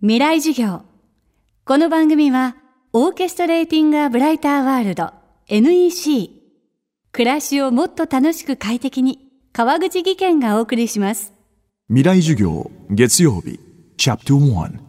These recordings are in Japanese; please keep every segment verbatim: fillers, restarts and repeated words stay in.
未来授業。この番組はオーケストレーティング・ア・ブライター・ワールド エヌイーシー 暮らしをもっと楽しく快適に川口義賢がお送りします。 未来授業月曜日チャプターワン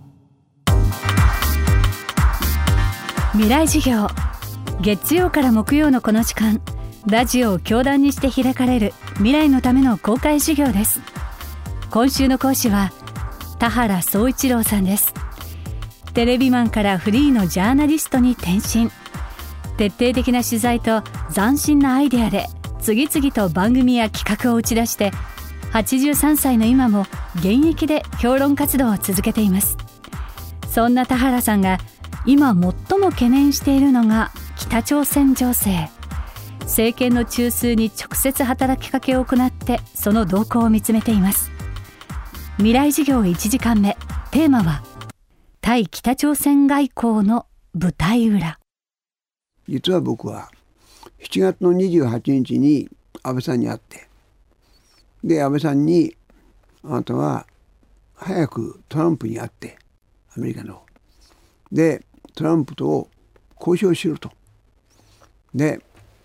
未来授業月曜から木曜のこの時間、ラジオを教壇にして開かれる未来のための公開授業です。今週の講師は田原総一郎さんです。テレビマンからフリーのジャーナリストに転身、徹底的な取材と斬新なアイデアで次々と番組や企画を打ち出して、はちじゅうさんさいの今も現役で評論活動を続けています。そんな田原さんが今最も懸念しているのが北朝鮮情勢。政権の中枢に直接働きかけを行ってその動向を見つめています。未来授業いちじかんめ、テーマは対北朝鮮外交の舞台裏。 実は僕はしちがつのにじゅうはちにちに安倍さんに会って、で安倍さんにあなたは早くトランプに会ってアメリカのでトランプと交渉しろと。で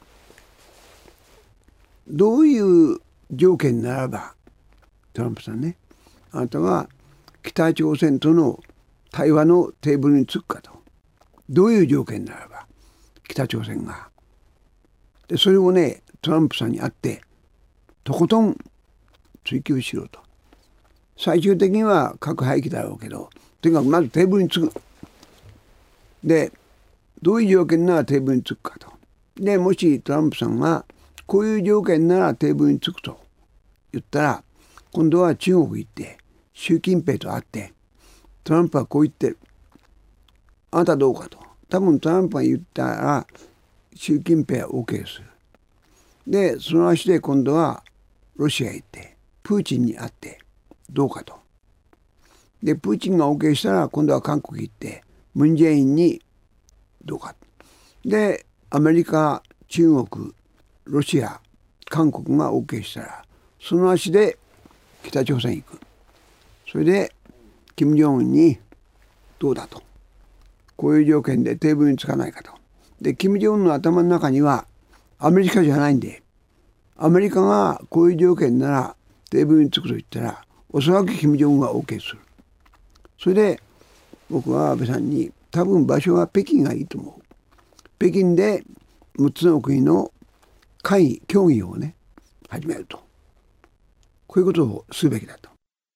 どういう条件ならばトランプさんね、あなたは北朝鮮との対話のテーブルにつくかと。どういう条件ならば北朝鮮がでそれをねトランプさんに会ってとことん追求しろと。最終的には核廃棄だろうけど、とにかくまずテーブルにつく。でどういう条件ならテーブルにつくかと。でもしトランプさんがこういう条件ならテーブルにつくと言ったら、今度は中国行って習近平と会って、トランプはこう言ってる、あなたどうかと。多分トランプが言ったら習近平は OK する。でその足で今度はロシアへ行ってプーチンに会ってどうかと。でプーチンが OK したら今度は韓国行ってムン・ジェインにどうか。でアメリカ、中国、ロシア、韓国が OK したらその足で北朝鮮行く。それで金正恩にどうだと。こういう条件でテーブルにつかないかと。で金正恩の頭の中にはアメリカじゃないんで、アメリカがこういう条件ならテーブルにつくと言ったら、おそらく金正恩が OK する。それで僕は安倍さんに、多分場所は北京がいいと思う。北京でむっつの国の会議協議をね始めると。こういうことをすべきだと。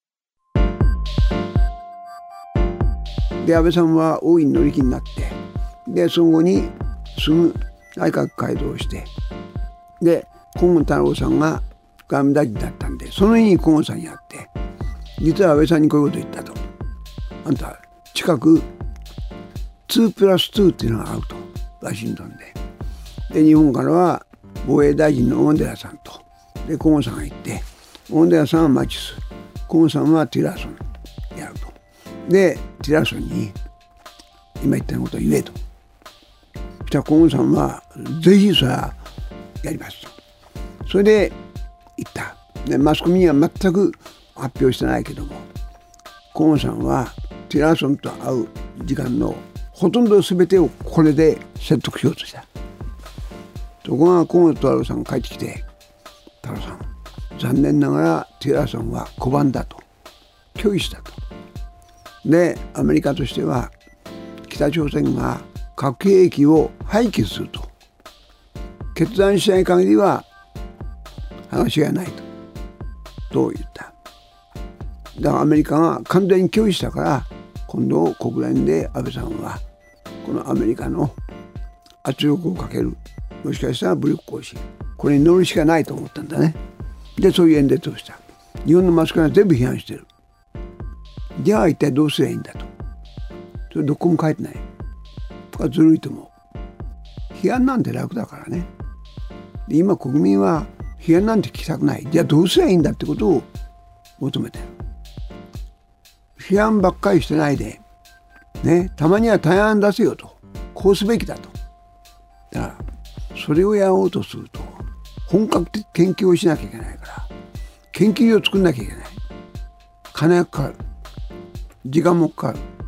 で安倍さんは大いに乗り気になって、でその後にすぐ内閣改造して、で河野太郎さんが外務大臣だったんで、その日に河野さんに会って、実は安倍さんにこういうことを言ったと。あんた近くにプラスにっていうのがあると、ワシントンで。で日本からは防衛大臣の小野寺さんとで河野さんが行って、小野寺さんはマチス、河野さんはティラーソンやると。でティラーソンに今言ったことを言えと。そしたら河野さんはぜひそれはやりますと。それで言った。でマスコミには全く発表してないけども、河野さんはティラーソンと会う時間のほとんど全てをこれで説得しようとした。ところが河野太郎さんが帰ってきて、太郎さん残念ながらティラーソンは拒んだと、拒否したと。でアメリカとしては北朝鮮が核兵器を廃棄すると決断しない限りは話がないとと言った。だからアメリカが完全に拒否したから、今度国連で安倍さんはこのアメリカの圧力をかける、もしかしたら武力行使、これに乗るしかないと思ったんだね。でそういう演説をした。日本のマスコミは全部批判してる。じゃあ一体どうすればいいんだと。それどこも書いてない。僕はずるいと思う。批判なんて楽だからね。で今国民は批判なんて聞きたくない。じゃあどうすればいいんだってことを求めてる。批判ばっかりしてないでね、たまには対案出せよと、こうすべきだと。だからそれをやろうとすると本格的研究をしなきゃいけないから、研究を作んなきゃいけない。金がかかる、時間もかかる。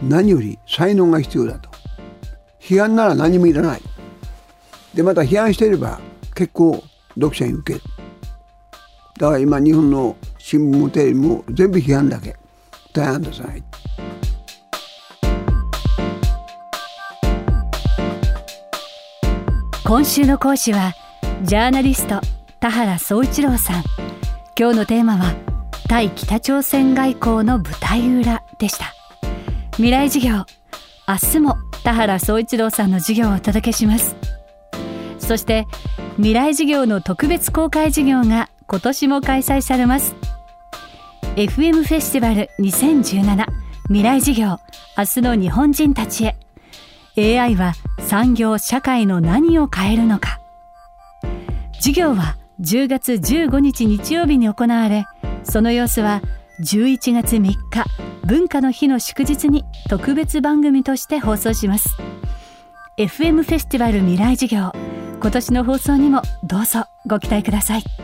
何より才能が必要だと。批判なら何もいらない。でまた批判していれば結構読者に受ける。だから今日本の新聞もテレビも全部批判だけ。大安出さない。 今週の講師はジャーナリスト田原総一郎さん。今日のテーマは対北朝鮮外交の舞台裏でした。未来授業、明日も田原総一郎さんの授業をお届けします。そして未来授業の特別公開授業が今年も開催されます。 エフエム フェスティバルにせんじゅうなな未来授業、明日の日本人たちへ。 エーアイ は産業社会の何を変えるのか。授業はじゅうがつじゅうごにち日曜日に行われ、その様子はじゅういちがつみっか文化の日の祝日に特別番組として放送します。 エフエム フェスティバル未来授業、今年の放送にもどうぞご期待ください。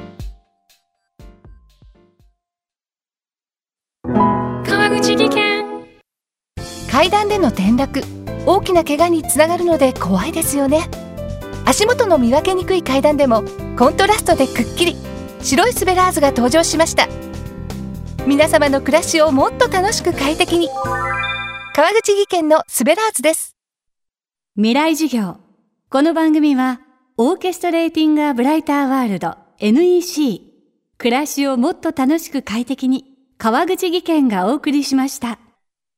川口技研。階段での転落、大きな怪我につながるので怖いですよね。足元の見分けにくい階段でもコントラストでくっきり白いスベラーズが登場しました。皆様の暮らしをもっと楽しく快適に、川口技研のスベラーズです。 未来授業、この番組はオーケストレーティングアブライターワールド エヌイーシー、 暮らしをもっと楽しく快適に、川口技研がお送りしました。